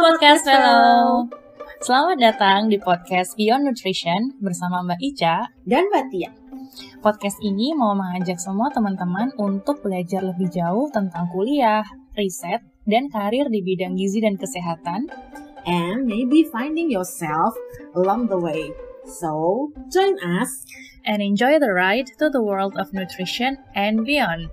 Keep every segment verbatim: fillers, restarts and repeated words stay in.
Podcast Fellow. Selamat datang di podcast Beyond Nutrition bersama Mbak Ica dan Mbak Tia. Podcast ini mau mengajak semua teman-teman untuk belajar lebih jauh tentang kuliah, riset, dan karir di bidang gizi dan kesehatan. And maybe finding yourself along the way. So, join us and enjoy the ride to the world of nutrition and beyond.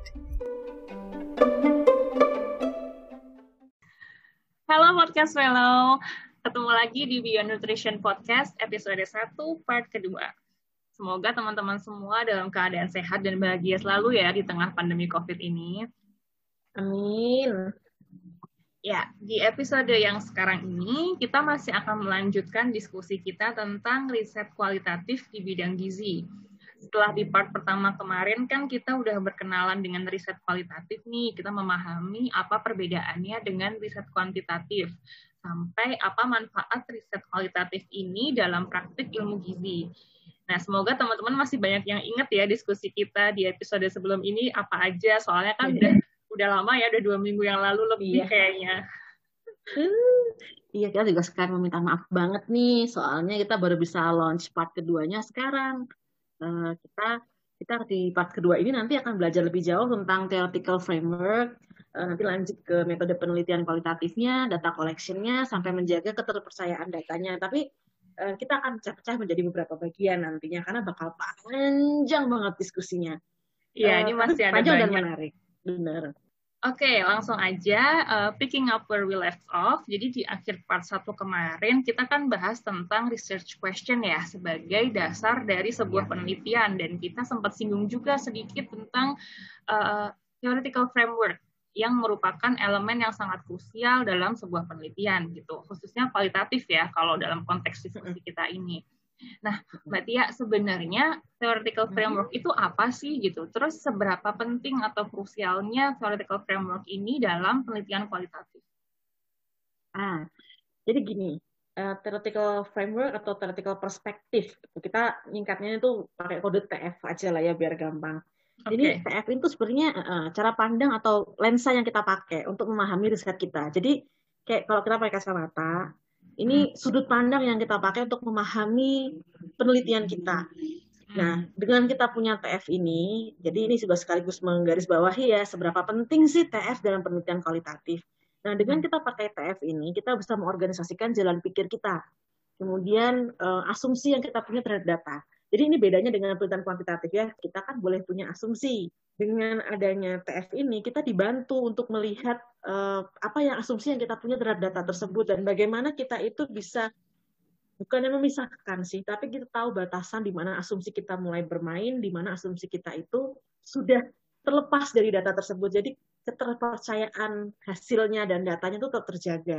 Halo Podcast Fellow, ketemu lagi di Beyond Nutrition Podcast episode satu part kedua. Semoga teman-teman semua dalam keadaan sehat dan bahagia selalu ya di tengah pandemi COVID ini. Amin. Ya, di episode yang sekarang ini kita masih akan melanjutkan diskusi kita tentang riset kualitatif di bidang gizi. Setelah di part pertama kemarin kan kita udah berkenalan dengan riset kualitatif nih, kita memahami apa perbedaannya dengan riset kuantitatif, sampai apa manfaat riset kualitatif ini dalam praktik ilmu gizi. Nah, semoga teman-teman masih banyak yang ingat ya diskusi kita di episode sebelum ini apa aja, soalnya kan udah udah lama ya, udah dua minggu yang lalu lebih iya. kayaknya. Iya, kita juga sekarang meminta maaf banget nih, soalnya kita baru bisa launch part keduanya sekarang. Uh, kita kita di part kedua ini nanti akan belajar lebih jauh tentang theoretical framework, uh, nanti lanjut ke metode penelitian kualitatifnya, data collection-nya, sampai menjaga keterpercayaan datanya. Tapi uh, kita akan pecah-pecah menjadi beberapa bagian nantinya, karena bakal panjang banget diskusinya. Iya, uh, ini masih ada panjang banyak. dan menarik. Benar. Oke, okay, langsung aja uh, picking up where we left off. Jadi di akhir part satu kemarin kita kan bahas tentang research question ya sebagai dasar dari sebuah penelitian, dan kita sempat singgung juga sedikit tentang uh, theoretical framework yang merupakan elemen yang sangat krusial dalam sebuah penelitian gitu, khususnya kualitatif ya kalau dalam konteks diskusi kita ini. Nah, Mbak Tia, sebenarnya theoretical framework itu apa sih gitu? Terus seberapa penting atau krusialnya theoretical framework ini dalam penelitian kualitatif? Ah, jadi gini, uh, theoretical framework atau theoretical perspective, kita nyingkatnya itu pakai kode T F aja lah ya biar gampang. Okay. Jadi T F itu sebenarnya uh, cara pandang atau lensa yang kita pakai untuk memahami riset kita. Jadi kayak kalau kita pakai kacamata, ini sudut pandang yang kita pakai untuk memahami penelitian kita. Nah, dengan kita punya T F ini, jadi ini juga sekaligus menggarisbawahi ya, seberapa penting sih T F dalam penelitian kualitatif. Nah, dengan kita pakai T F ini, kita bisa mengorganisasikan jalan pikir kita. Kemudian, uh, asumsi yang kita punya terhadap data. Jadi ini bedanya dengan penelitian kuantitatif ya, kita kan boleh punya asumsi. Dengan adanya T F ini, kita dibantu untuk melihat uh, apa yang asumsi yang kita punya terhadap data tersebut, dan bagaimana kita itu bisa, bukannya memisahkan sih, tapi kita tahu batasan di mana asumsi kita mulai bermain, di mana asumsi kita itu sudah terlepas dari data tersebut. Jadi keterpercayaan hasilnya dan datanya itu tetap terjaga.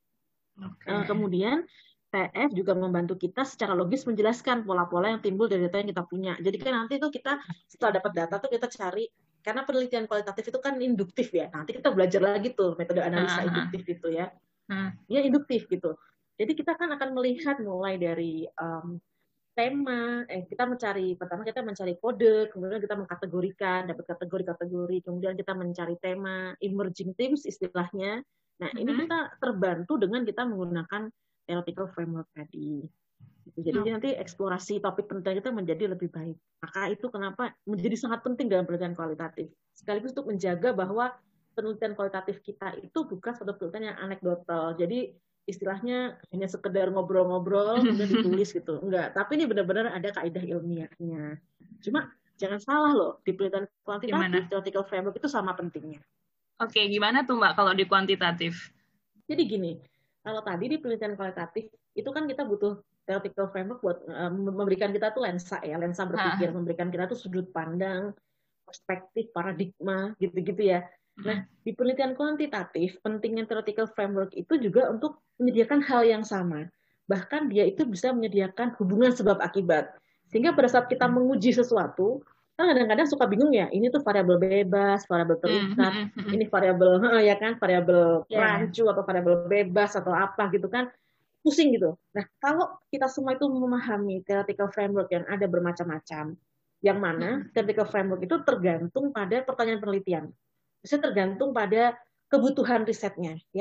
Okay. Uh, kemudian, T F juga membantu kita secara logis menjelaskan pola-pola yang timbul dari data yang kita punya. Jadi kan nanti itu kita setelah dapat data tuh kita cari, karena penelitian kualitatif itu kan induktif ya. Nanti kita belajar lagi tuh metode analisa uh-huh. induktif itu ya. Uh. Ya induktif gitu. Jadi kita kan akan melihat mulai dari um, tema, eh kita mencari, pertama kita mencari kode, kemudian kita mengkategorikan, dapat kategori-kategori, kemudian kita mencari tema, emerging themes istilahnya. Nah uh-huh. ini kita terbantu dengan kita menggunakan theoretical framework tadi. Jadi hmm. nanti eksplorasi topik penelitian kita menjadi lebih baik. Maka itu kenapa menjadi sangat penting dalam penelitian kualitatif. Sekaligus untuk menjaga bahwa penelitian kualitatif kita itu bukan suatu penelitian yang anekdotal. Jadi istilahnya hanya sekedar ngobrol-ngobrol kemudian ditulis gitu. Enggak, tapi ini benar-benar ada kaidah ilmiahnya. Cuma jangan salah loh, di penelitian kuantitatif theoretical framework itu sama pentingnya. Oke, gimana tuh Mbak kalau di kuantitatif? Jadi gini, kalau tadi di penelitian kualitatif itu kan kita butuh theoretical framework buat um, memberikan kita tuh lensa ya, lensa berpikir, ha. memberikan kita tuh sudut pandang, perspektif, paradigma, gitu-gitu ya. Nah, di penelitian kuantitatif, pentingnya theoretical framework itu juga untuk menyediakan hal yang sama. Bahkan dia itu bisa menyediakan hubungan sebab akibat. Sehingga pada saat kita menguji sesuatu, kan kadang-kadang suka bingung ya, ini tuh variabel bebas, variabel terikat, mm-hmm. ini variabel ya kan, variabel yeah. rancu atau variabel bebas atau apa gitu kan, pusing gitu. Nah, kalau kita semua itu memahami theoretical framework yang ada bermacam-macam, yang mana mm-hmm. theoretical framework itu tergantung pada pertanyaan penelitian, bisa tergantung pada kebutuhan risetnya, ya.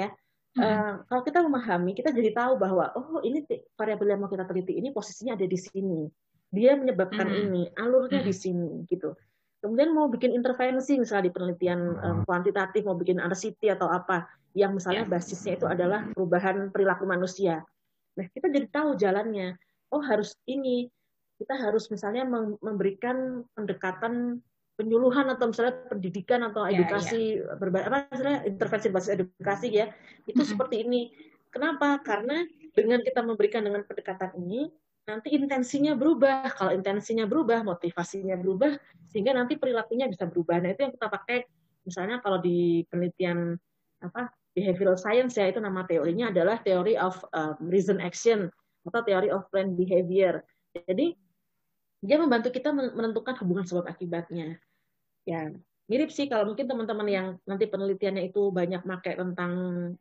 Uh, kalau kita memahami, kita jadi tahu bahwa oh ini variabel yang mau kita teliti ini posisinya ada di sini, dia menyebabkan mm-hmm. ini, alurnya mm-hmm. di sini, gitu. Kemudian mau bikin intervensi misalnya di penelitian um, kuantitatif, mau bikin R C T atau apa, yang misalnya yeah. basisnya itu adalah perubahan perilaku manusia. Nah kita jadi tahu jalannya. Oh harus ini, kita harus misalnya memberikan pendekatan penyuluhan atau misalnya pendidikan atau edukasi yeah, yeah. berbagai apa misalnya intervensi basis edukasi ya itu mm-hmm. seperti ini. Kenapa? Karena dengan kita memberikan dengan pendekatan ini nanti intensinya berubah. Kalau intensinya berubah, motivasinya berubah sehingga nanti perilakunya bisa berubah. Nah itu yang kita pakai misalnya kalau di penelitian apa behavioral science ya itu nama teorinya adalah theory of um, reason action atau theory of planned behavior. Jadi dia membantu kita menentukan hubungan sebab akibatnya. Ya, mirip sih kalau mungkin teman-teman yang nanti penelitiannya itu banyak pakai tentang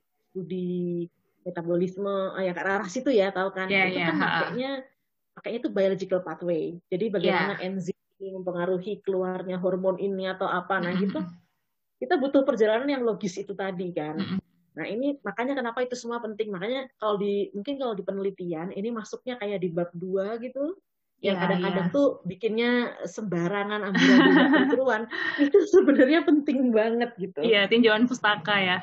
studi metabolisme yang ke arah situ ya, tahu kan? Yeah, itu yeah, kan pakainya pakainya itu biological pathway. Jadi bagaimana yeah. enzim mempengaruhi keluarnya hormon ini atau apa. Nah, gitu kita butuh perjalanan yang logis itu tadi kan. Nah, ini makanya kenapa itu semua penting. Makanya kalau di mungkin kalau di penelitian ini masuknya kayak di bab dua gitu. Yang ya, kadang-kadang ya. tuh bikinnya sembarangan amburadul itu sebenarnya penting banget gitu. Iya, tinjauan pustaka ya.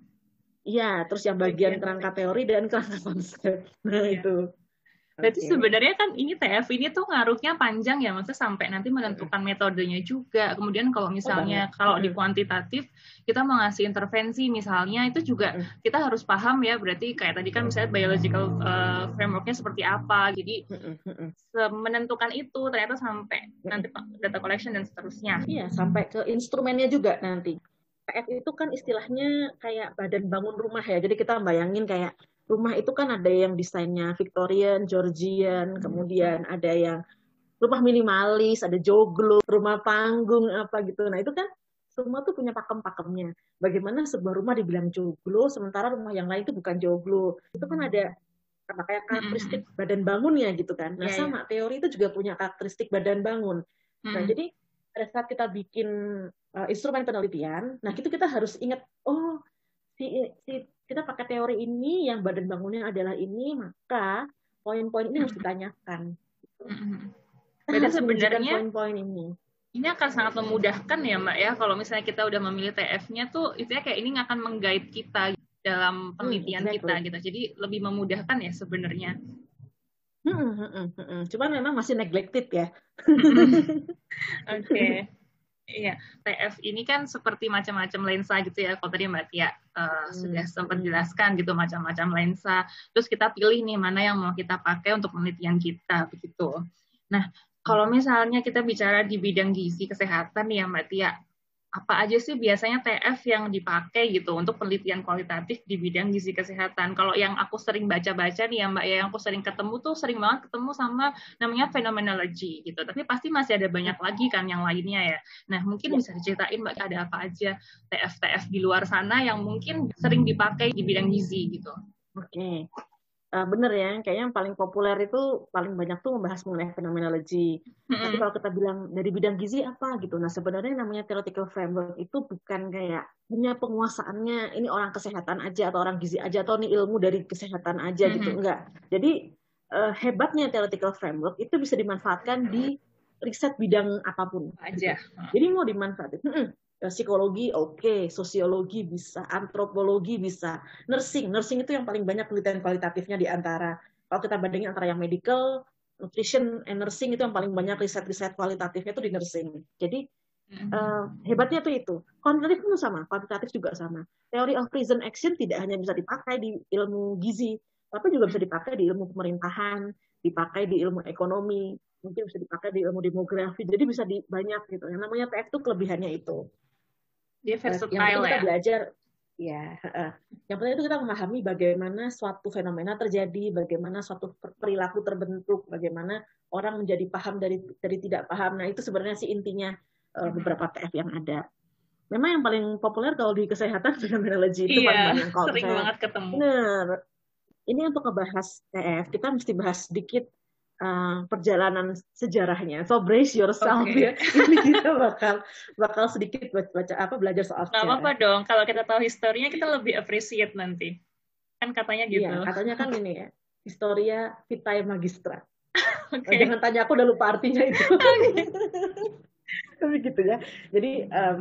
Iya, terus yang bagian kerangka teori dan kerangka konsep. Nah, ya. itu. Berarti okay. sebenarnya kan ini T F ini tuh ngaruhnya panjang ya, maksudnya sampai nanti menentukan metodenya juga. Kemudian kalau misalnya oh, kalau di kuantitatif kita mau ngasih intervensi misalnya itu juga kita harus paham ya, berarti kayak tadi kan misalnya biological uh, framework-nya seperti apa. Jadi menentukan itu ternyata sampai nanti data collection dan seterusnya. Iya, sampai ke instrumennya juga nanti. P F itu kan istilahnya kayak badan bangun rumah ya. Jadi kita bayangin kayak rumah itu kan ada yang desainnya Victorian, Georgian, kemudian ada yang rumah minimalis, ada joglo, rumah panggung apa gitu. Nah itu kan semua tuh punya pakem-pakemnya. Bagaimana sebuah rumah dibilang joglo, sementara rumah yang lain itu bukan joglo. Itu kan ada kayak karakteristik mm-hmm. badan bangunnya gitu kan. Nah yeah, sama yeah. teori itu juga punya karakteristik badan bangun. Mm-hmm. Nah jadi pada saat kita bikin uh, instrumen penelitian, nah itu kita harus ingat, oh si, si kita pakai teori ini yang badan bangunnya adalah ini, maka poin-poin ini harus ditanyakan. Jadi sebenarnya poin-poin ini ini akan sangat memudahkan ya Mbak ya kalau misalnya kita udah memilih T F-nya tuh itu ya kayak ini akan meng-guide kita dalam penelitian hmm, exactly. kita gitu. Jadi lebih memudahkan ya sebenarnya. Hmm, hmm, hmm, hmm. Cuman memang masih neglected ya. Oke. Okay. Iya, T F ini kan seperti macam-macam lensa gitu ya. Kalau tadi Mbak Tia uh, hmm. sudah sempat jelaskan gitu macam-macam lensa. Terus kita pilih nih mana yang mau kita pakai untuk penelitian kita begitu. Nah, kalau misalnya kita bicara di bidang gizi kesehatan nih ya Mbak Tia, apa aja sih biasanya T F yang dipakai gitu untuk penelitian kualitatif di bidang gizi kesehatan? Kalau yang aku sering baca-baca nih ya Mbak, ya yang aku sering ketemu tuh sering banget ketemu sama namanya phenomenology gitu. Tapi pasti masih ada banyak lagi kan yang lainnya ya. Nah mungkin bisa diceritain Mbak ada apa aja T F-T F di luar sana yang mungkin sering dipakai di bidang gizi gitu. Oke. Okay. Uh, bener ya, kayaknya yang paling populer itu paling banyak tuh membahas mengenai fenomenology. Mm-hmm. Tapi kalau kita bilang dari bidang gizi apa gitu, nah sebenarnya namanya theoretical framework itu bukan kayak punya penguasaannya ini orang kesehatan aja atau orang gizi aja atau ini ilmu dari kesehatan aja mm-hmm. gitu, enggak. Jadi uh, hebatnya theoretical framework itu bisa dimanfaatkan di riset bidang apapun. Aja. Jadi mau dimanfaatkan. Mm-mm. Psikologi oke, okay. Sosiologi bisa, antropologi bisa, nursing, nursing itu yang paling banyak penelitian kualitatifnya di antara, kalau kita bandingin antara yang medical, nutrition, and nursing itu yang paling banyak riset-riset kualitatifnya itu di nursing. Jadi mm-hmm. uh, hebatnya tuh itu. Kuantitatif pun sama, kuantitatif juga sama. Theory of reason action tidak hanya bisa dipakai di ilmu gizi, tapi juga bisa dipakai di ilmu pemerintahan, dipakai di ilmu ekonomi, mungkin bisa dipakai di ilmu demografi. Jadi bisa di banyak gitu. Yang namanya T F itu kelebihannya itu. Dia versatile yang penting kita ya. belajar, ya. Uh, yang penting itu kita memahami bagaimana suatu fenomena terjadi, bagaimana suatu perilaku terbentuk, bagaimana orang menjadi paham dari dari tidak paham. Nah itu sebenarnya sih intinya uh, beberapa T F yang ada. Memang yang paling populer kalau di kesehatan fenomenology itu iya, paling banyak. Kalau sering saya, banget ketemu. Benar. Ini untuk ngebahas T F kita mesti bahas sedikit. Uh, perjalanan sejarahnya, so brace yourself okay. ya. Ini kita bakal bakal sedikit baca, baca apa belajar soal sejarah. Nggak apa-apa dong, kalau kita tahu historinya kita lebih appreciate nanti. Kan katanya gitu. Iya, katanya kan ini ya, Historia Vitae Magistra. Oke. Jangan tanya, aku udah lupa artinya itu. Tapi gitu ya. Jadi um,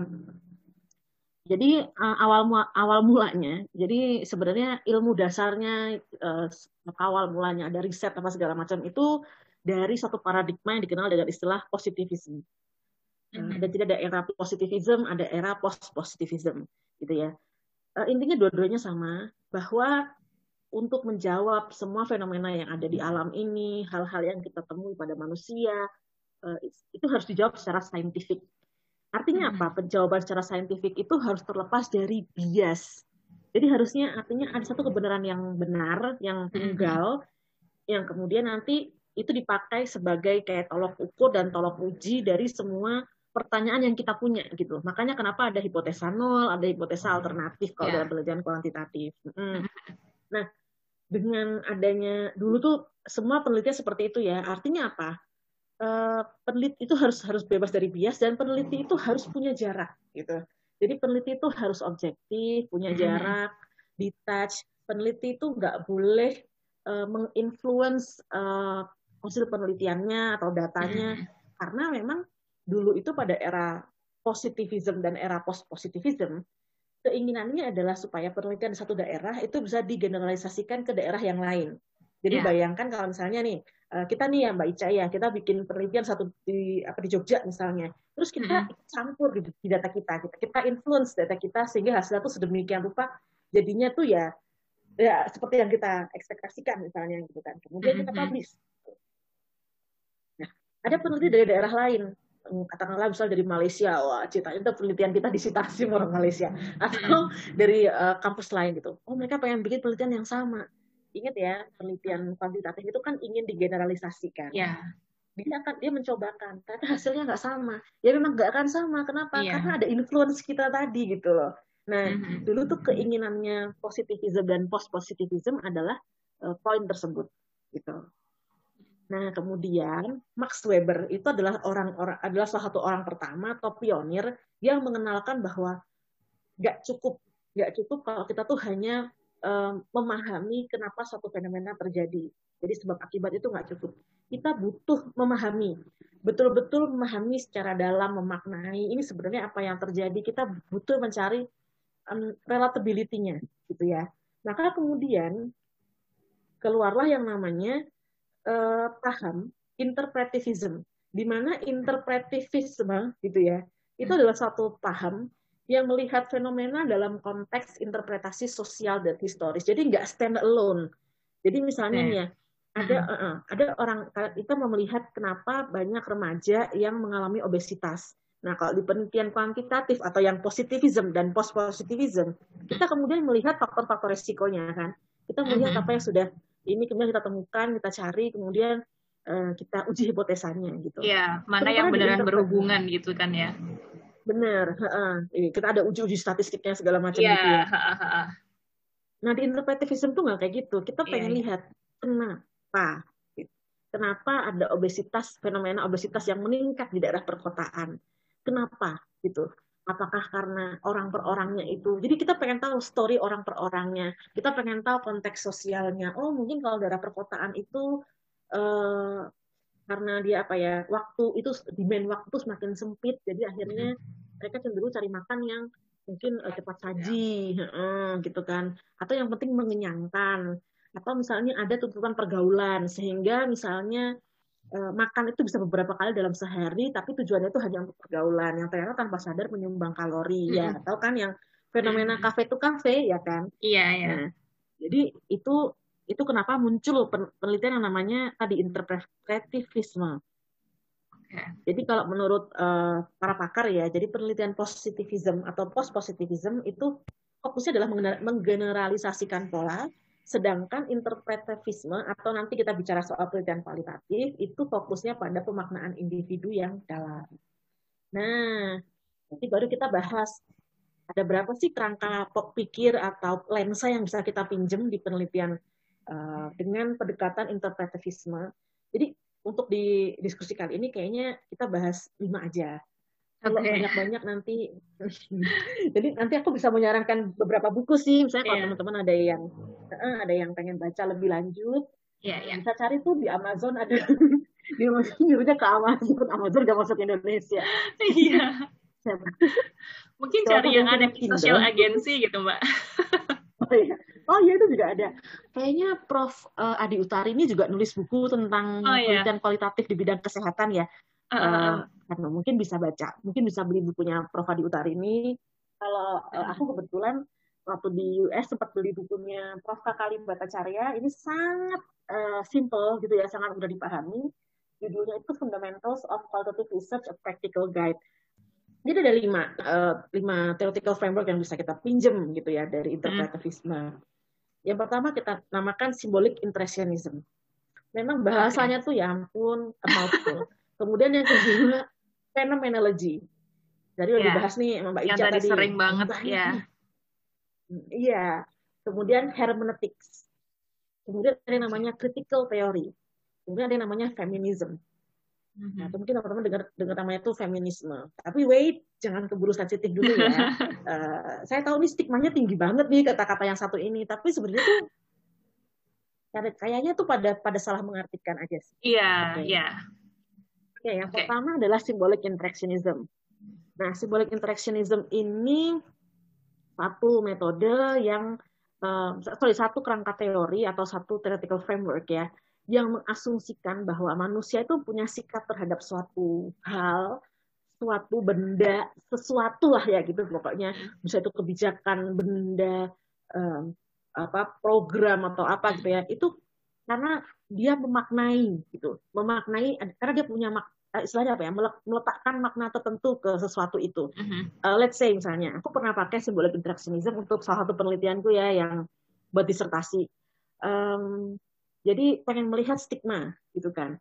jadi uh, awal awal mulanya, jadi sebenarnya ilmu dasarnya uh, awal mulanya ada riset apa segala macam itu dari satu paradigma yang dikenal dengan istilah positivisme. Uh, dan jadi ada era positivism, ada era post-positivism, gitu ya. Uh, intinya dua-duanya sama, bahwa untuk menjawab semua fenomena yang ada di alam ini, hal-hal yang kita temui pada manusia, uh, itu harus dijawab secara saintifik. Artinya apa? Penjawaban secara saintifik itu harus terlepas dari bias. Jadi harusnya artinya ada satu kebenaran yang benar, yang tunggal, yang kemudian nanti itu dipakai sebagai kayak tolok ukur dan tolok uji dari semua pertanyaan yang kita punya gitu. Makanya kenapa ada hipotesa nol, ada hipotesa alternatif kalau yeah. dalam penelitian kuantitatif. Hmm. Nah, dengan adanya dulu tuh semua penelitian seperti itu ya. Artinya apa? Uh, peneliti itu harus harus bebas dari bias dan peneliti itu harus punya jarak gitu. Jadi peneliti itu harus objektif, punya jarak, detach. Peneliti itu nggak boleh uh, menginfluence uh, hasil penelitiannya atau datanya karena memang dulu itu pada era positivism dan era post-positivism keinginannya adalah supaya penelitian di satu daerah itu bisa digeneralisasikan ke daerah yang lain. Jadi yeah. bayangkan kalau misalnya nih kita nih ya Mbak Ica ya, kita bikin penelitian satu di apa di Jogja misalnya, terus kita mm-hmm. campur di, di data kita, kita kita influence data kita sehingga hasilnya tuh sedemikian rupa jadinya tuh ya ya seperti yang kita ekspektasikan misalnya gitu kan. Kemudian mm-hmm. kita publish. Nah, ada peneliti dari daerah lain, katakanlah misal dari Malaysia, wah ceritanya itu penelitian kita disitasi orang Malaysia, atau dari uh, kampus lain gitu. Oh mereka pengen bikin penelitian yang sama. Ingat ya, penelitian kuantitatif itu kan ingin digeneralisasikan. Yeah. Dia akan dia mencobakan, tapi hasilnya nggak sama. Ya memang nggak akan sama. Kenapa? Yeah. Karena ada influence kita tadi gitu loh. Nah, mm-hmm. dulu tuh keinginannya positivism dan post-positivism adalah uh, poin tersebut gitu. Nah, kemudian Max Weber itu adalah orang-orang adalah salah satu orang pertama atau pionir yang mengenalkan bahwa nggak cukup nggak cukup kalau kita tuh hanya um, memahami kenapa suatu fenomena terjadi. Jadi sebab akibat itu nggak cukup. Kita butuh memahami, betul-betul memahami secara dalam, memaknai ini sebenarnya apa yang terjadi. Kita butuh mencari um, relatability-nya, gitu ya. Maka kemudian keluarlah yang namanya Uh, paham interpretivism, di mana interpretivisme gitu ya, itu adalah suatu paham yang melihat fenomena dalam konteks interpretasi sosial dan historis. Jadi nggak stand alone. Jadi misalnya nih ya, ada uh, uh, ada orang kita mau melihat kenapa banyak remaja yang mengalami obesitas. Nah, kalau di penelitian kuantitatif atau yang positivism dan post-positivism, kita kemudian melihat faktor-faktor resikonya kan. Kita melihat apa yang sudah ini kemudian kita temukan, kita cari, kemudian uh, kita uji hipotesanya gitu. Iya, mana yang beneran berhubungan gitu kan ya? Bener, uh, kita ada uji-uji statistiknya segala macam ya, gitu ya. Ha, ha, ha. Nah di interpretivism tuh nggak kayak gitu. Kita pengen ya, lihat kenapa, kenapa ada obesitas, fenomena obesitas yang meningkat di daerah perkotaan. Kenapa gitu? Apakah karena orang per orangnya itu. Jadi kita pengen tahu story orang per orangnya. Kita pengen tahu konteks sosialnya. Oh mungkin kalau daerah perkotaan itu eh, karena dia apa ya, waktu itu demand waktu semakin sempit. Jadi akhirnya mereka cenderung cari makan yang mungkin eh, cepat saji, eh, gitu kan. Atau yang penting mengenyangkan. Atau misalnya ada tuntutan pergaulan sehingga misalnya makan itu bisa beberapa kali dalam sehari, tapi tujuannya itu hanya untuk pergaulan, yang ternyata tanpa sadar menyumbang kalori, mm-hmm. ya. Atau kan yang fenomena kafe to kafe, ya kan? Iya, iya. Nah, jadi itu itu kenapa muncul penelitian yang namanya tadi interpretivisme. Okay. Jadi kalau menurut uh, para pakar ya, jadi penelitian positivism atau post-positivism itu fokusnya adalah menggeneralisasikan pola, sedangkan interpretivisme atau nanti kita bicara soal penelitian kualitatif itu fokusnya pada pemaknaan individu yang dalam. Nah, nanti baru kita bahas ada berapa sih kerangka pikir atau lensa yang bisa kita pinjam di penelitian uh, dengan pendekatan interpretivisme. Jadi untuk di diskusi kali ini kayaknya kita bahas lima aja. Kalau okay. banyak-banyak nanti, jadi nanti aku bisa menyarankan beberapa buku sih, misalnya kalau yeah. teman-teman ada yang ada yang pengen baca lebih lanjut, yeah, yeah. bisa cari tuh di Amazon ada, di nyuruhnya ke Amazon, Amazon gak masuk Indonesia. Iya. Mungkin cari yang ada di sosial agensi gitu, Mbak. Oh iya, oh iya itu juga ada. Kayaknya Prof uh, Adi Utari ini juga nulis buku tentang oh, penelitian iya. kualitatif di bidang kesehatan ya. Uh, uh, karena mungkin bisa baca, mungkin bisa beli bukunya Prof Adi Utari ini. Kalau uh, aku kebetulan waktu di U S sempat beli bukunya Prof Kakali Bhattacharya, ini sangat uh, simple gitu ya, sangat mudah dipahami. Judulnya itu Fundamentals of Qualitative Research, a Practical Guide. Jadi ada lima, uh, lima theoretical framework yang bisa kita pinjam gitu ya dari interpretivisme. Hmm. Yang pertama kita namakan symbolic impressionism. Memang bahasanya okay. tuh ya ampun, mouthful. Kemudian yang kedua, phenomenology. Jadi udah yeah. dibahas nih sama Mbak Ica tadi. Yang sering banget ya. Iya. Kemudian hermeneutics. Kemudian ada yang namanya critical theory. Kemudian ada yang namanya feminism. Nah, itu mungkin teman-teman dengar dengar namanya itu feminisme. Tapi wait, jangan keburu sensitif dulu ya. uh, saya tahu nih stigmanya tinggi banget nih kata-kata yang satu ini. Tapi sebenarnya tuh kayaknya tuh pada pada salah mengartikan aja sih. Iya, yeah, iya. Yeah. Oke, okay, yang okay. pertama adalah symbolic interactionism. Nah, symbolic interactionism ini satu metode yang uh, sorry satu kerangka teori atau satu theoretical framework ya, yang mengasumsikan bahwa manusia itu punya sikap terhadap suatu hal, suatu benda, sesuatu lah ya gitu pokoknya, bisa itu kebijakan, benda, um, apa program atau apa gitu ya, itu karena dia memaknai gitu, memaknai karena dia punya mak, istilahnya apa ya, meletakkan makna tertentu ke sesuatu itu. Uh-huh. Uh, let's say misalnya, aku pernah pakai symbolic interactionism untuk salah satu penelitianku ya yang buat disertasi. Um, Jadi pengen melihat stigma gitu kan.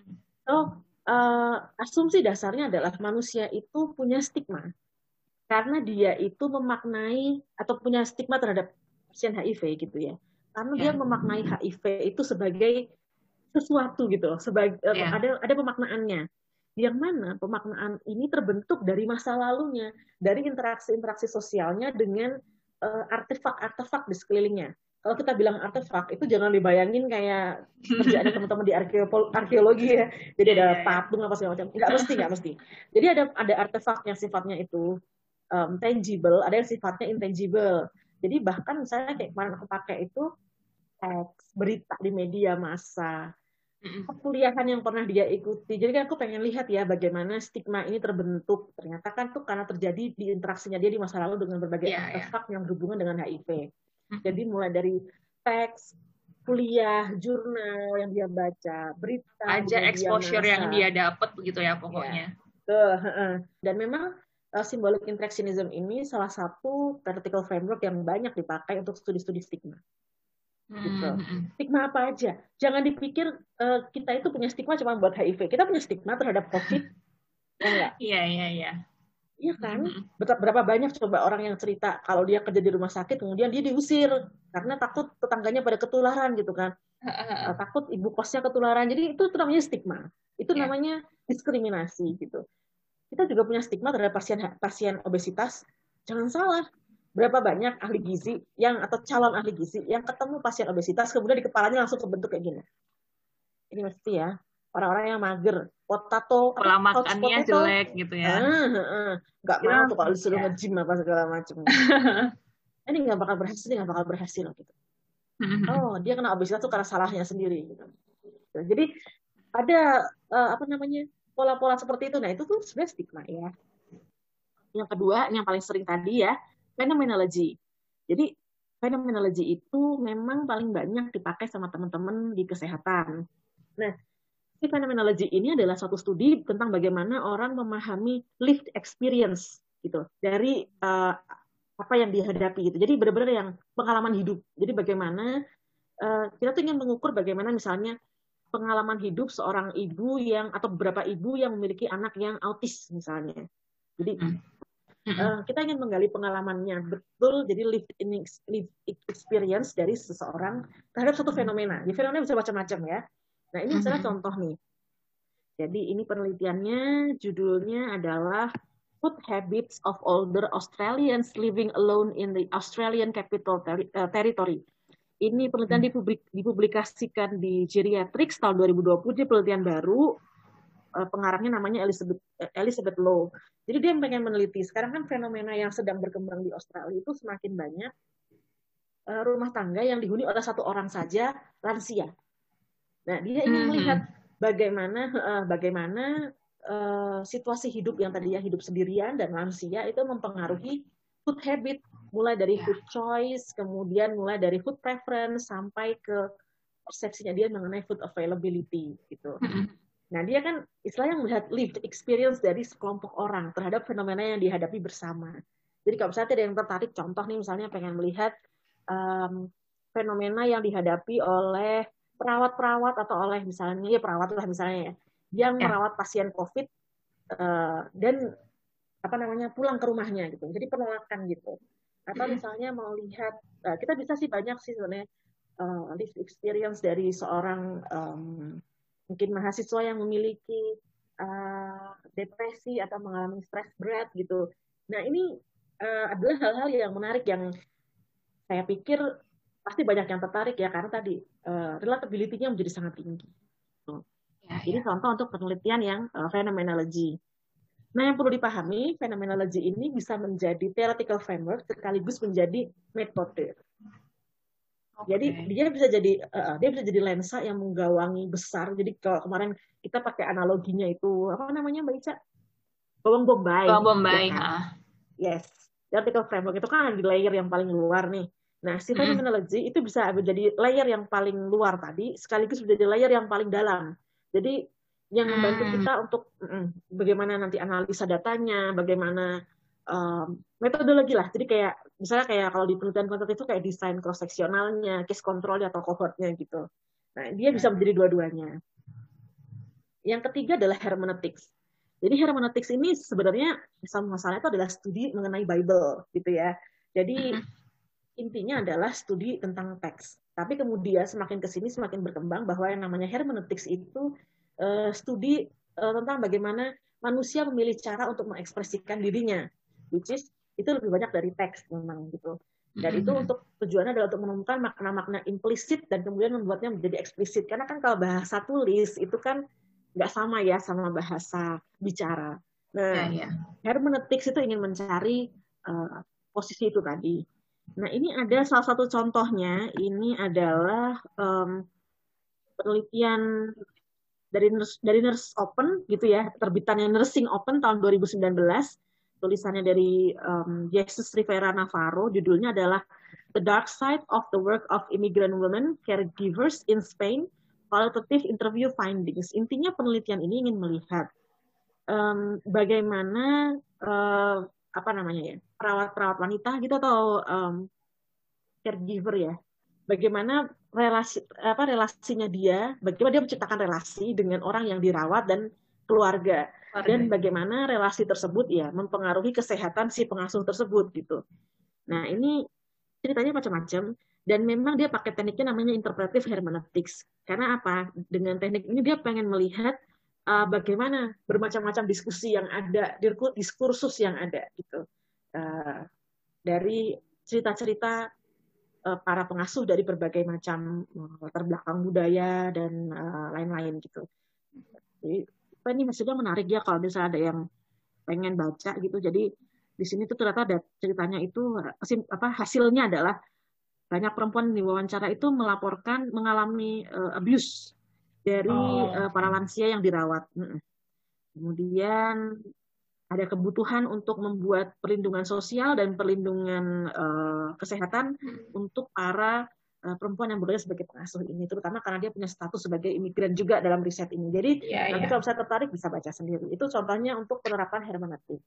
So uh, asumsi dasarnya adalah manusia itu punya stigma karena dia itu memaknai atau punya stigma terhadap pasien H I V gitu ya. Karena yeah. dia memaknai H I V itu sebagai sesuatu gitu, sebagai yeah. ada ada pemaknaannya. Yang mana pemaknaan ini terbentuk dari masa lalunya, dari interaksi-interaksi sosialnya dengan uh, artefak-artefak di sekelilingnya. Kalau kita bilang artefak, itu jangan dibayangin kayak kerjaan teman-teman di arkeologi ya. Jadi ada patung apa segala macam. Nggak mesti, nggak mesti. Jadi ada ada artefak yang sifatnya itu um, tangible, ada yang sifatnya intangible. Jadi bahkan misalnya kayak kemarin aku pakai itu teks, berita di media massa, kuliahan yang pernah dia ikuti. Jadi kan aku pengen lihat ya bagaimana stigma ini terbentuk. Ternyata kan tuh karena terjadi di interaksinya dia di masa lalu dengan berbagai yeah, artefak yeah. yang berhubungan dengan H I V. Jadi mulai dari teks, kuliah, jurnal yang dia baca, berita, aja exposure masa. Yang dia dapat begitu ya pokoknya. Ya. Dan memang uh, symbolic interactionism ini salah satu theoretical framework yang banyak dipakai untuk studi-studi stigma. Gitu. Hmm. Stigma apa aja? Jangan dipikir uh, kita itu punya stigma cuma buat H I V. Kita punya stigma terhadap COVID. Ya iya, iya, iya. Iya kan? Berapa banyak coba orang yang cerita kalau dia kerja di rumah sakit kemudian dia diusir karena takut tetangganya pada ketularan gitu kan. Uh, takut ibu kosnya ketularan. Jadi itu, itu namanya stigma. Itu yeah. namanya diskriminasi gitu. Kita juga punya stigma terhadap pasien pasien obesitas. Jangan salah. Berapa banyak ahli gizi yang atau calon ahli gizi yang ketemu pasien obesitas kemudian di kepalanya langsung kebentuk kayak gini. Ini mesti ya. Orang-orang yang mager, potato, pola makannya potato, jelek gitu ya. Ah, ah, nggak mau tuh kalau disuruh ya. nge-gym apa segala macam. Ini nggak bakal berhasil, nggak bakal berhasil gitu. Oh, dia kena obesitas tuh karena salahnya sendiri. Gitu. Jadi ada uh, apa namanya pola-pola seperti itu. Nah itu tuh sebenarnya stigma ya. Yang kedua, yang paling sering tadi ya, phenomenology. Jadi phenomenology itu memang paling banyak dipakai sama teman-teman di kesehatan. Nah, phenomenology ini adalah suatu studi tentang bagaimana orang memahami lived experience gitu dari uh, apa yang dihadapi gitu. Jadi benar-benar yang pengalaman hidup. Jadi bagaimana uh, kita tuh ingin mengukur bagaimana misalnya pengalaman hidup seorang ibu yang atau beberapa ibu yang memiliki anak yang autis misalnya. Jadi uh, kita ingin menggali pengalamannya betul. Jadi lived lived experience dari seseorang terhadap suatu fenomena. Di fenomena bisa macam-macam ya. Nah, ini misalnya contoh nih. Jadi ini penelitiannya, judulnya adalah food habits of older Australians living alone in the Australian Capital Terri uh, Territory. Ini penelitian dipublik dipublikasikan di Geriatrics tahun dua ribu dua puluh, ini penelitian baru, uh, pengarangnya namanya Elizabeth, uh, Elizabeth Lowe. Jadi dia pengen meneliti, sekarang kan fenomena yang sedang berkembang di Australia itu semakin banyak uh, rumah tangga yang dihuni oleh satu orang saja, lansia. Nah, dia ingin melihat bagaimana uh, bagaimana uh, situasi hidup yang tadinya hidup sendirian dan lansia itu mempengaruhi food habit, mulai dari food choice, kemudian mulai dari food preference sampai ke persepsinya dia mengenai food availability gitu. Nah, dia kan istilahnya melihat lived experience dari sekelompok orang terhadap fenomena yang dihadapi bersama. Jadi kalau misalnya ada yang tertarik, contoh nih misalnya pengen melihat um, fenomena yang dihadapi oleh perawat-perawat atau oleh misalnya ya perawat lah misalnya ya yang ya. merawat pasien COVID uh, dan apa namanya pulang ke rumahnya gitu, jadi penolakan gitu. Atau misalnya mau lihat uh, kita bisa sih banyak sih sebenarnya uh, lived experience dari seorang um, mungkin mahasiswa yang memiliki uh, depresi atau mengalami stres berat gitu. Nah ini uh, adalah hal-hal yang menarik yang saya pikir pasti banyak yang tertarik ya karena tadi uh, relatability-nya menjadi sangat tinggi. Tuh. Ya, Jadi ya. contoh untuk penelitian yang uh, phenomenology. Nah yang perlu dipahami phenomenology ini bisa menjadi theoretical framework sekaligus menjadi metode. Okay. Jadi dia bisa jadi uh, dia bisa jadi lensa yang menggawangi besar. Jadi kalau kemarin kita pakai analoginya itu apa namanya Mbak Ica? Bawang bombay. Bawang bombay. Ya kan? Yes. Theoretical framework itu kan ada di layer yang paling luar nih. Nah, si phenomenology mm-hmm. itu bisa menjadi layer yang paling luar tadi, sekaligus menjadi layer yang paling dalam. Jadi, yang membantu mm. kita untuk mm, bagaimana nanti analisa datanya, bagaimana um, metodologi lah. Jadi kayak, misalnya kayak kalau di penelitian kuantitatif itu kayak desain cross-sectionalnya, case control atau cohortnya gitu. Nah, dia bisa menjadi dua-duanya. Yang ketiga adalah hermeneutics. Jadi hermeneutics ini sebenarnya sama masalahnya itu adalah studi mengenai Bible, gitu ya. Jadi, mm-hmm. intinya adalah studi tentang teks. Tapi kemudian semakin ke sini semakin berkembang bahwa yang namanya hermeneutics itu uh, studi uh, tentang bagaimana manusia memilih cara untuk mengekspresikan dirinya, which is itu lebih banyak dari teks memang gitu. Dan mm-hmm. itu untuk tujuannya adalah untuk menemukan makna-makna implisit dan kemudian membuatnya menjadi eksplisit. Karena kan kalau bahasa tulis itu kan nggak sama ya sama bahasa bicara. Nah, yeah, yeah. hermeneutics itu ingin mencari uh, posisi itu tadi. Nah, ini ada salah satu contohnya, ini adalah um, penelitian dari Nurse, dari Nurse Open, gitu ya, terbitannya Nursing Open tahun dua ribu sembilan belas, tulisannya dari um, Jesus Rivera Navarro, judulnya adalah The Dark Side of the Work of Immigrant Women Caregivers in Spain, Qualitative Interview Findings. Intinya penelitian ini ingin melihat um, bagaimana uh, apa namanya ya, perawat-perawat wanita gitu atau um, caregiver ya, bagaimana relasi apa relasinya dia, bagaimana dia menciptakan relasi dengan orang yang dirawat dan keluarga, keluarga. Dan bagaimana relasi tersebut ya mempengaruhi kesehatan si pengasuh tersebut gitu. Nah ini ceritanya macam-macam dan memang dia pakai tekniknya namanya interpretive hermeneutics. Karena apa? Dengan teknik ini dia pengen melihat uh, bagaimana bermacam-macam diskusi yang ada, diskursus yang ada gitu. Uh, dari cerita-cerita uh, para pengasuh dari berbagai macam latar belakang budaya dan uh, lain-lain gitu. Jadi ini maksudnya menarik ya kalau misalnya ada yang pengen baca gitu. Jadi di sini tuh ternyata ada ceritanya itu apa hasilnya adalah banyak perempuan di wawancara itu melaporkan mengalami uh, abuse dari oh. uh, para lansia yang dirawat. Kemudian ada kebutuhan untuk membuat perlindungan sosial dan perlindungan uh, kesehatan hmm. untuk para uh, perempuan yang bekerja sebagai pengasuh ini, terutama karena dia punya status sebagai imigran juga dalam riset ini. Jadi yeah, nanti yeah. kalau saya tertarik bisa baca sendiri. Itu contohnya untuk penerapan hermeneutik.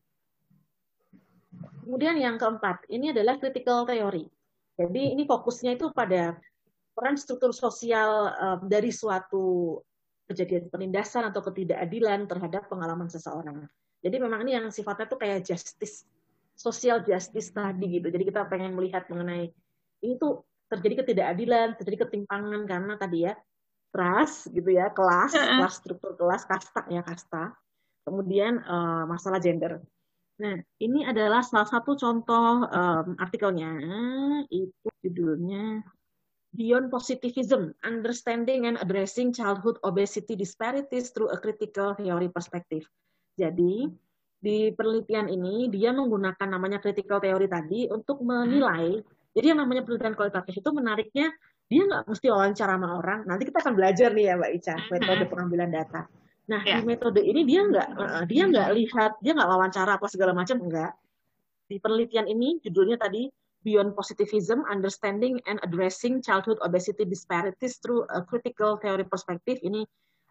Kemudian yang keempat, ini adalah critical theory. Jadi ini fokusnya itu pada peran struktur sosial uh, dari suatu kejadian penindasan atau ketidakadilan terhadap pengalaman seseorang. Jadi memang ini yang sifatnya tuh kayak justice, social justice tadi gitu. Jadi kita pengen melihat mengenai ini tuh terjadi ketidakadilan, terjadi ketimpangan karena tadi ya ras gitu ya, kelas, kelas struktur kelas, kasta ya kasta. Kemudian uh, masalah gender. Nah, ini adalah salah satu contoh um, artikelnya, itu judulnya Beyond Positivism, Understanding and Addressing Childhood Obesity Disparities Through a Critical Theory Perspective. Jadi, di penelitian ini, dia menggunakan namanya critical theory tadi untuk menilai, jadi yang namanya penelitian kualitatif itu menariknya, dia nggak mesti wawancara sama orang, nanti kita akan belajar nih ya Mbak Ica, metode pengambilan data. Nah, yeah. di metode ini dia nggak dia nggak lihat, dia nggak wawancara apa segala macam, enggak. Di penelitian ini judulnya tadi Beyond Positivism, Understanding and Addressing Childhood Obesity Disparities Through a Critical Theory Perspective. Ini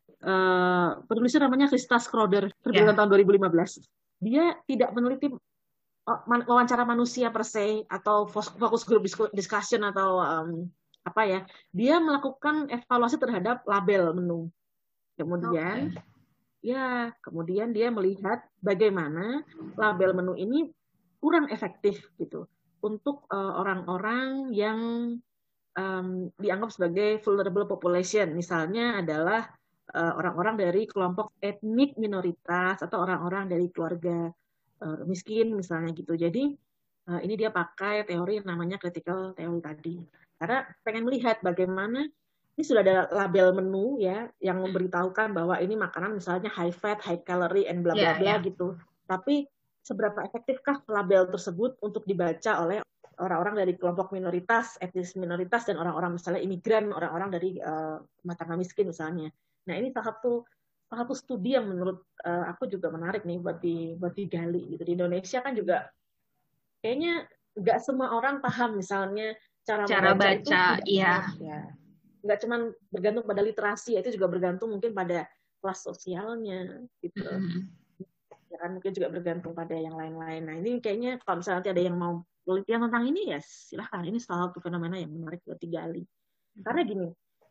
uh, penulisnya namanya Krista Schroeder, terbitan yeah. tahun dua ribu lima belas. Dia tidak meneliti wawancara manusia per se atau fokus group discussion atau um, apa ya. Dia melakukan evaluasi terhadap label menu. Kemudian okay. Ya, kemudian dia melihat bagaimana label menu ini kurang efektif gitu untuk uh, orang-orang yang um, dianggap sebagai vulnerable population. Misalnya adalah uh, orang-orang dari kelompok etnik minoritas atau orang-orang dari keluarga uh, miskin misalnya gitu. Jadi uh, ini dia pakai teori yang namanya critical theory tadi. Karena pengen melihat bagaimana ini sudah ada label menu ya yang memberitahukan bahwa ini makanan misalnya high fat, high calorie, and bla bla bla gitu. Tapi seberapa efektifkah label tersebut untuk dibaca oleh orang-orang dari kelompok minoritas, etnis minoritas, dan orang-orang misalnya imigran, orang-orang dari uh, rumah tangga miskin misalnya. Nah ini salah satu salah satu studi yang menurut uh, aku juga menarik nih buat di buat digali gitu. Di Indonesia kan juga kayaknya nggak semua orang paham misalnya cara, cara membaca baca, itu iya. Ya. Nggak cuma bergantung pada literasi, itu juga bergantung mungkin pada kelas sosialnya gitu. Mm-hmm. Ya kan mungkin juga bergantung pada yang lain-lain. Nah ini kayaknya kalau misalnya nanti ada yang mau penelitian tentang ini ya silahkan. Ini salah satu fenomena yang menarik buat digali. Mm-hmm. Karena gini,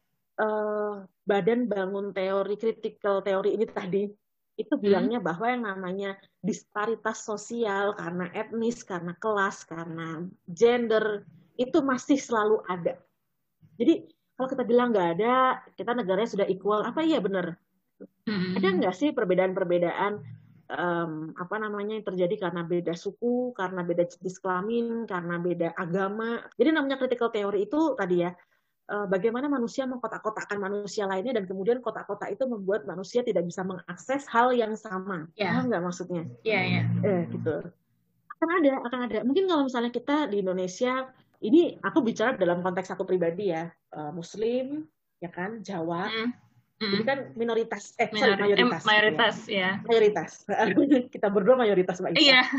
eh, Badan Bangun Teori Critical Teori ini tadi itu bilangnya mm-hmm. bahwa yang namanya disparitas sosial karena etnis, karena kelas, karena gender itu masih selalu ada. Jadi kalau kita bilang nggak ada, kita negaranya sudah equal, apa iya benar? Hmm. Ada nggak sih perbedaan-perbedaan um, apa namanya yang terjadi karena beda suku, karena beda jenis kelamin, karena beda agama. Jadi namanya critical theory itu tadi ya, uh, bagaimana manusia mengkotak-kotakkan manusia lainnya dan kemudian kotak-kotak itu membuat manusia tidak bisa mengakses hal yang sama. Yeah. Paham nggak maksudnya? Iya, yeah, iya. Yeah. Eh, gitu. Akan ada, akan ada. Mungkin kalau misalnya kita di Indonesia, ini aku bicara dalam konteks aku pribadi ya, uh, Muslim, ya kan, Jawa, mm. Mm. Jadi kan minoritas, eh Minori- sorry mayoritas, eh, mayoritas gitu ya. ya, mayoritas. Kita berdua mayoritas Mbak Isa. Iya.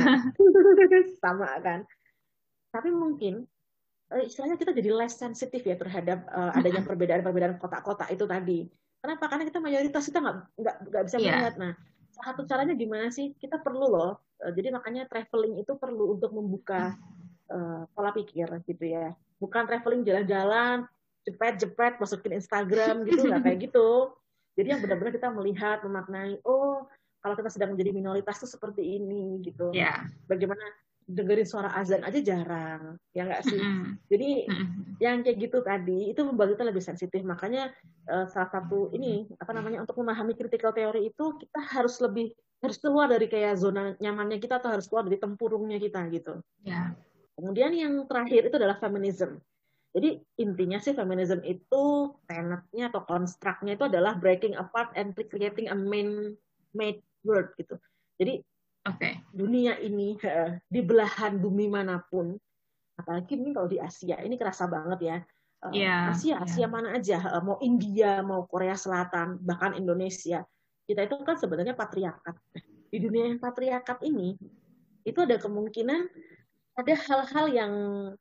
Nah, sama kan. Tapi mungkin uh, istilahnya kita jadi less sensitif ya terhadap uh, adanya perbedaan-perbedaan kotak-kotak itu tadi. Kenapa? Karena kita mayoritas kita nggak nggak nggak bisa yeah. melihat. Nah, satu caranya gimana sih? Kita perlu loh. Uh, jadi makanya traveling itu perlu untuk membuka Uh, pola pikir gitu ya, bukan traveling jalan-jalan jepret-jepret masukin Instagram gitu, nggak kayak gitu. Jadi yang benar-benar kita melihat, memaknai, oh kalau kita sedang menjadi minoritas tuh seperti ini gitu. Yeah. Bagaimana dengerin suara azan aja jarang, ya nggak sih? Mm-hmm. Jadi mm-hmm. yang kayak gitu tadi itu membuat kita lebih sensitif. Makanya uh, salah satu ini apa namanya untuk memahami critical theory itu kita harus lebih harus keluar dari kayak zona nyamannya kita atau harus keluar dari tempurungnya kita gitu. Yeah. Kemudian yang terakhir itu adalah feminism. Jadi intinya sih feminism itu tenetnya atau konstruknya itu adalah breaking apart and recreating a man-made world gitu. Jadi okay. dunia ini di belahan bumi manapun, apalagi ini kalau di Asia ini kerasa banget ya. Yeah, Asia, Asia yeah. mana aja, mau India, mau Korea Selatan, bahkan Indonesia, kita itu kan sebenarnya patriarkat. Di dunia yang patriarkat ini itu ada kemungkinan ada hal-hal yang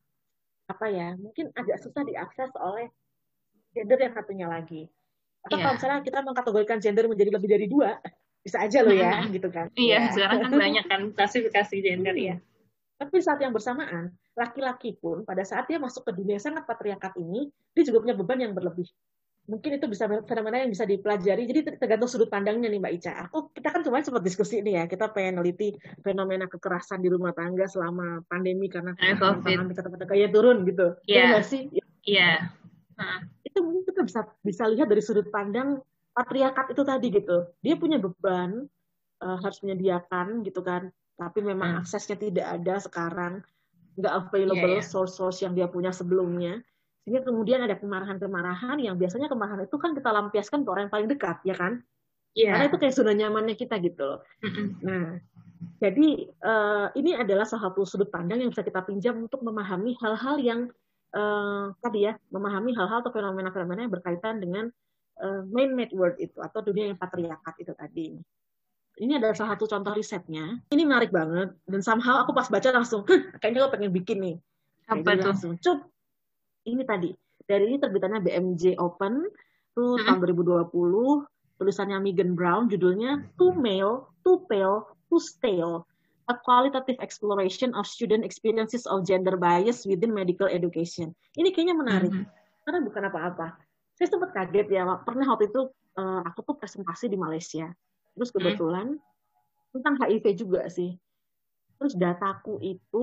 apa ya mungkin agak susah diakses oleh gender yang satunya lagi. Atau yeah. kalau misalnya kita mengkategorikan gender menjadi lebih dari dua, bisa aja loh ya, mm-hmm. gitu kan. Iya, yeah, sekarang kan banyak kan klasifikasi gender ya. Tapi saat yang bersamaan, laki-laki pun pada saat dia masuk ke dunia sangat patriarkat ini, dia juga punya beban yang berlebih. Mungkin itu bisa fenomena yang bisa dipelajari. Jadi tergantung sudut pandangnya nih Mbak Ica. Aku kita kan kemarin sempat diskusi nih ya. Kita pengen neliti fenomena kekerasan di rumah tangga selama pandemi karena tantangan kata-kata kayak turun gitu. Iya. Yeah. sih? Iya. Yeah. Uh. Itu mungkin kita bisa bisa lihat dari sudut pandang patriarkat itu tadi gitu. Dia punya beban uh, harus menyediakan gitu kan. tapi memang Hmm. aksesnya tidak ada sekarang, nggak available Yeah, yeah. source-source yang dia punya sebelumnya. Sehingga kemudian ada kemarahan-kemarahan yang biasanya kemarahan itu kan kita lampiaskan ke orang yang paling dekat, ya kan? Yeah. Karena itu kayak zona nyamannya kita gitu loh. Mm-mm. Nah, jadi uh, ini adalah salah satu sudut pandang yang bisa kita pinjam untuk memahami hal-hal yang uh, tadi ya, memahami hal-hal atau fenomena-fenomena yang berkaitan dengan uh, man-made world itu atau dunia yang patriarkat itu tadi. Ini adalah salah satu contoh risetnya. Ini menarik banget. Dan somehow aku pas baca langsung, kayaknya aku pengen bikin nih. Apa Jadi tuh? langsung, cup. Ini tadi. Dari ini terbitannya B M J Open. Tuh tahun dua ribu dua puluh. Tulisannya Megan Brown. Judulnya Too Male, Too Pale, Too Stale. A Qualitative Exploration of Student Experiences of Gender Bias Within Medical Education. Ini kayaknya menarik. Mm-hmm. Karena bukan apa-apa. Saya sempat kaget ya. Pernah waktu itu uh, aku tuh presentasi di Malaysia. Terus kebetulan hmm. tentang H I V juga sih. Terus dataku itu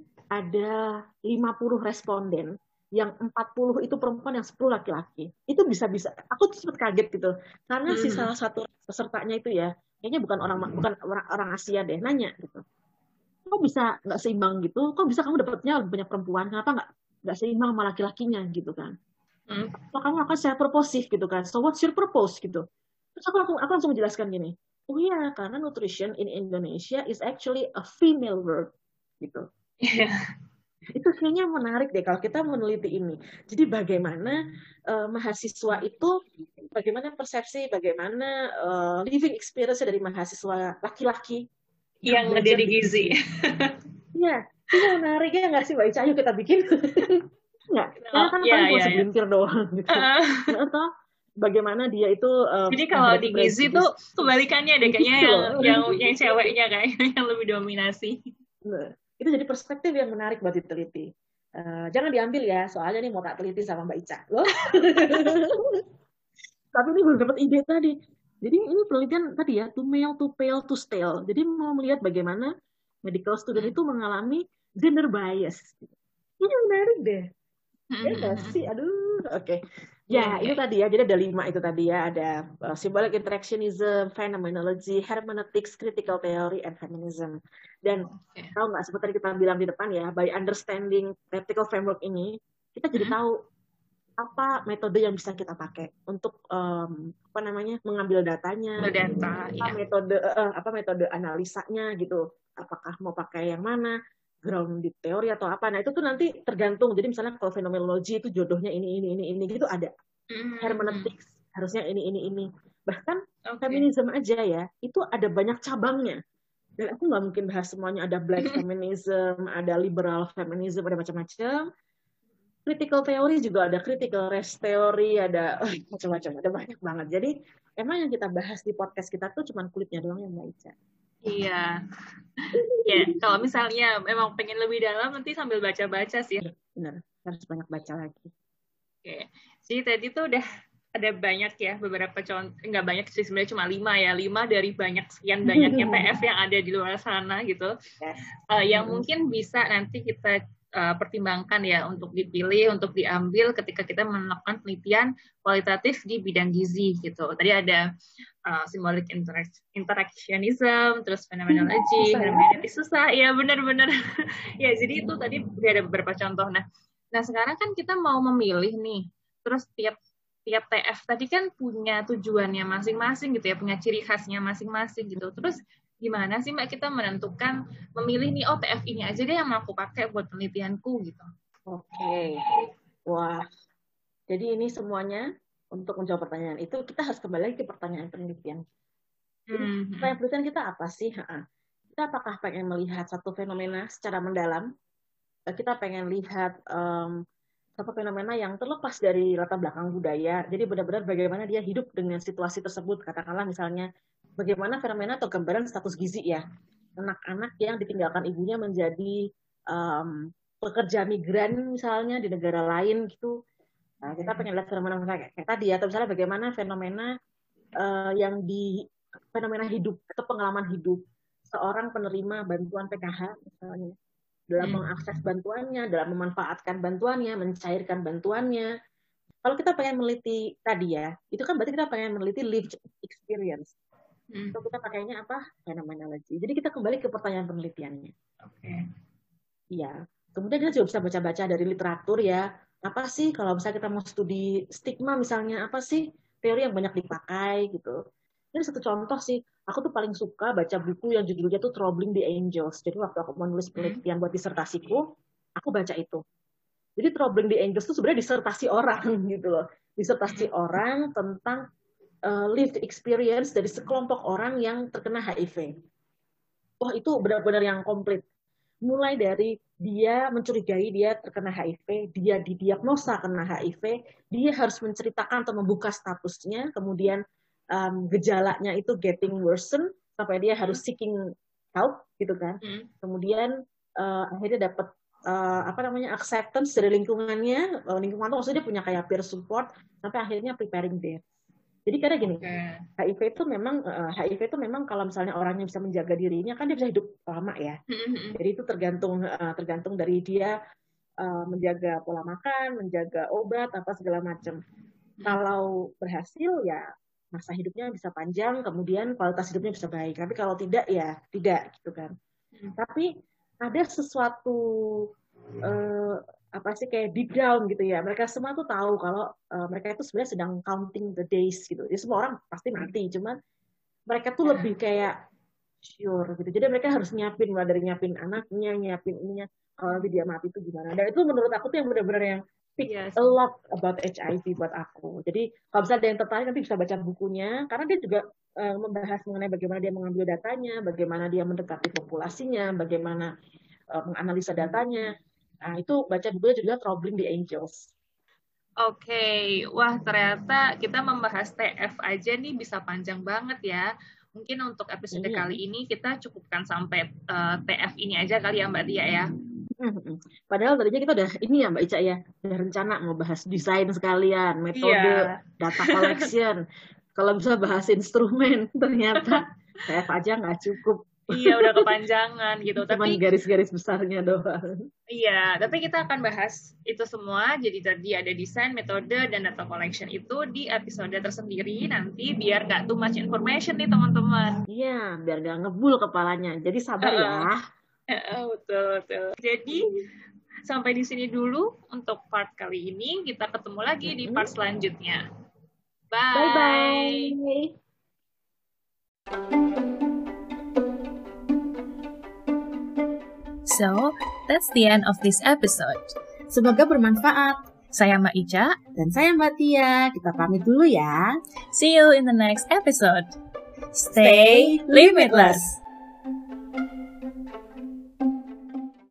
ada lima puluh responden, yang empat puluh itu perempuan, yang sepuluh laki-laki. Itu bisa-bisa. Aku tuh sempat kaget gitu. Karena hmm. si salah satu pesertanya itu ya, kayaknya bukan orang bukan orang, orang Asia deh, nanya gitu. Kok bisa nggak seimbang gitu? Kok bisa kamu dapatnya lebih banyak perempuan? Kenapa nggak nggak seimbang sama laki-lakinya gitu kan? Hmm. Kok kamu akan secara purposif gitu kan? So what's your purpose gitu? Terus aku, aku, aku langsung menjelaskan gini, oh iya, karena nutrition in Indonesia is actually a female word, gitu. Yeah. Itu kayaknya menarik deh kalau kita meneliti ini. Jadi bagaimana uh, mahasiswa itu, bagaimana persepsi, bagaimana uh, living experience dari mahasiswa laki-laki yang ada di gizi. Iya, itu menarik ya nggak sih, Mbak Ica? Ayo kita bikin. Nggak, karena kan yeah, paling cuma yeah, segelintir yeah. doang, gitu. Uh. Atau bagaimana dia itu um, jadi kalau di gizi tuh kebalikannya deh kayaknya yang, yang yang ceweknya kayaknya yang lebih dominasi. Nah, itu jadi perspektif yang menarik buat diteliti. Uh, jangan diambil ya, soalnya nih mau tak teliti sama Mbak Ica loh. Tapi ini belum dapat ide tadi. Jadi ini penelitian tadi ya, too male, too pale, too stale. Jadi mau melihat bagaimana medical student itu mengalami gender bias. Ini menarik deh. Ya nggak sih? Aduh, oke. Okay. Ya, yeah, itu yeah. tadi ya. Jadi ada lima itu tadi ya. Ada uh, symbolic interactionism, phenomenology, hermeneutics, critical theory, and feminism. Dan okay. tahu nggak, seperti kita bilang di depan ya, by understanding critical framework ini, kita jadi mm-hmm. tahu apa metode yang bisa kita pakai untuk um, apa namanya mengambil datanya, data, apa yeah. metode uh, apa metode analisanya gitu. Apakah mau pakai yang mana? Grounded teori atau apa, nah itu tuh nanti tergantung. Jadi misalnya kalau fenomenologi itu jodohnya ini ini ini ini gitu ada. Mm-hmm. Hermeneutics harusnya ini ini ini. Bahkan okay. feminism aja ya itu ada banyak cabangnya. Dan aku nggak mungkin bahas semuanya. Ada black feminism, ada liberal feminism, ada macam-macam. Critical theory juga ada, critical race theory ada, oh, macam-macam, ada banyak banget. Jadi emang yang kita bahas di podcast kita tuh cuma kulitnya doang yang Mbak Ica. Iya. Ya, kalau misalnya memang pengen lebih dalam nanti sambil baca-baca sih. Benar, harus banyak baca lagi. Oke. Jadi tadi tuh udah ada banyak ya beberapa contoh, enggak banyak sih sebenarnya, cuma lima ya, lima dari banyak sekian banyaknya T F yang ada di luar sana gitu. Yes. Uh, yang mungkin bisa nanti kita uh, pertimbangkan ya untuk dipilih, untuk diambil ketika kita melakukan penelitian kualitatif di bidang gizi gitu. Tadi ada Uh, symbolic interac- interactionism, terus phenomenology, hermeneutics, susah, ya benar-benar. Ya, jadi itu tadi udah ada beberapa contoh. Nah, nah sekarang kan kita mau memilih nih, terus tiap tiap T F tadi kan punya tujuannya masing-masing gitu ya, punya ciri khasnya masing-masing gitu. Terus gimana sih Mbak kita menentukan, memilih nih, oh T F ini aja deh yang mau aku pakai buat penelitianku gitu. Oke, okay. Wah, jadi ini semuanya untuk menjawab pertanyaan itu, kita harus kembali lagi ke pertanyaan penelitian. Jadi, mm-hmm. pertanyaan penelitian kita apa sih? Kita apakah pengen melihat satu fenomena secara mendalam? Kita pengen lihat um, satu fenomena yang terlepas dari latar belakang budaya. Jadi benar-benar bagaimana dia hidup dengan situasi tersebut. Katakanlah misalnya, bagaimana fenomena atau gambaran status gizi ya. Anak-anak yang ditinggalkan ibunya menjadi um, pekerja migran misalnya di negara lain gitu. Nah, kita pengen lihat fenomena kayak, kayak tadi ya, atau misalnya bagaimana fenomena uh, yang di fenomena hidup atau pengalaman hidup seorang penerima bantuan P K H misalnya, dalam hmm. mengakses bantuannya, dalam memanfaatkan bantuannya, mencairkan bantuannya. Kalau kita pengen meneliti tadi ya, itu kan berarti kita pengen meneliti lived experience. Hmm. Atau kita pakainya apa? Phenomenology. Jadi kita kembali ke pertanyaan penelitiannya. Oke. Okay. Iya. Kemudian kita juga bisa baca-baca dari literatur ya. Apa sih kalau misalnya kita mau studi stigma misalnya, apa sih teori yang banyak dipakai gitu. Ini satu contoh sih, aku tuh paling suka baca buku yang judulnya tuh Troubling the Angels. Jadi waktu aku mau nulis penelitian buat disertasiku, aku baca itu. Jadi Troubling the Angels itu sebenarnya disertasi orang gitu loh. Disertasi orang tentang uh, lived experience dari sekelompok orang yang terkena H I V. Wah, itu benar-benar yang komplit. Mulai dari dia mencurigai dia terkena H I V, dia didiagnosa kena H I V, dia harus menceritakan atau membuka statusnya, kemudian um, gejalanya itu getting worsen, sampai dia harus seeking help, gitu kan. Hmm. Kemudian uh, akhirnya dapat uh, apa namanya acceptance dari lingkungannya, uh, lingkungan itu maksudnya dia punya kayak peer support, sampai akhirnya preparing death. Jadi karena gini, okay. H I V itu memang uh, H I V itu memang kalau misalnya orangnya bisa menjaga dirinya kan dia bisa hidup lama ya. Mm-hmm. Jadi itu tergantung uh, tergantung dari dia uh, menjaga pola makan, menjaga obat apa segala macam. Mm-hmm. Kalau berhasil ya masa hidupnya bisa panjang, kemudian kualitas hidupnya bisa baik. Tapi kalau tidak ya tidak gitu kan. Mm-hmm. Tapi ada sesuatu uh, apa sih kayak deep down gitu ya. Mereka semua tuh tahu kalau uh, mereka itu sebenarnya sedang counting the days gitu. Jadi semua orang pasti mati, cuman mereka tuh lebih kayak sure gitu. Jadi mereka harus nyiapin, mulai dari nyiapin anaknya, nyiapin ininya. Kalau nanti dia mati itu gimana. Dan itu menurut aku tuh yang benar-benar yang pick yes. a lot about H I V buat aku. Jadi kalau misalnya ada yang tertarik nanti bisa baca bukunya. Karena dia juga uh, membahas mengenai bagaimana dia mengambil datanya, bagaimana dia mendekati populasinya, bagaimana uh, menganalisa datanya. Nah, itu baca bukunya juga Troubling the Angels. Oke, okay. Wah ternyata kita membahas T F aja nih bisa panjang banget ya. Mungkin untuk episode hmm. kali ini kita cukupkan sampai uh, T F ini aja kali ya Mbak Tia ya. Hmm. Padahal tadinya kita udah ini ya Mbak Ica ya, udah rencana mau bahas desain sekalian, metode, yeah. data collection. Kalau bisa bahas instrumen, ternyata T F aja nggak cukup. Iya, udah kepanjangan gitu. Cuman tapi garis-garis besarnya doang. Iya, tapi kita akan bahas itu semua. Jadi tadi ada desain, metode, dan data collection itu di episode tersendiri nanti biar nggak too much information nih teman-teman. Iya, biar nggak ngebul kepalanya. Jadi sabar uh, ya. Uh, betul, betul. Jadi sampai di sini dulu untuk part kali ini. Kita ketemu lagi di part selanjutnya. Bye. Bye-bye. So, that's the end of this episode. Semoga bermanfaat. Saya Mbak Ica. Dan saya Mbak Tia. Kita pamit dulu ya. See you in the next episode. Stay limitless.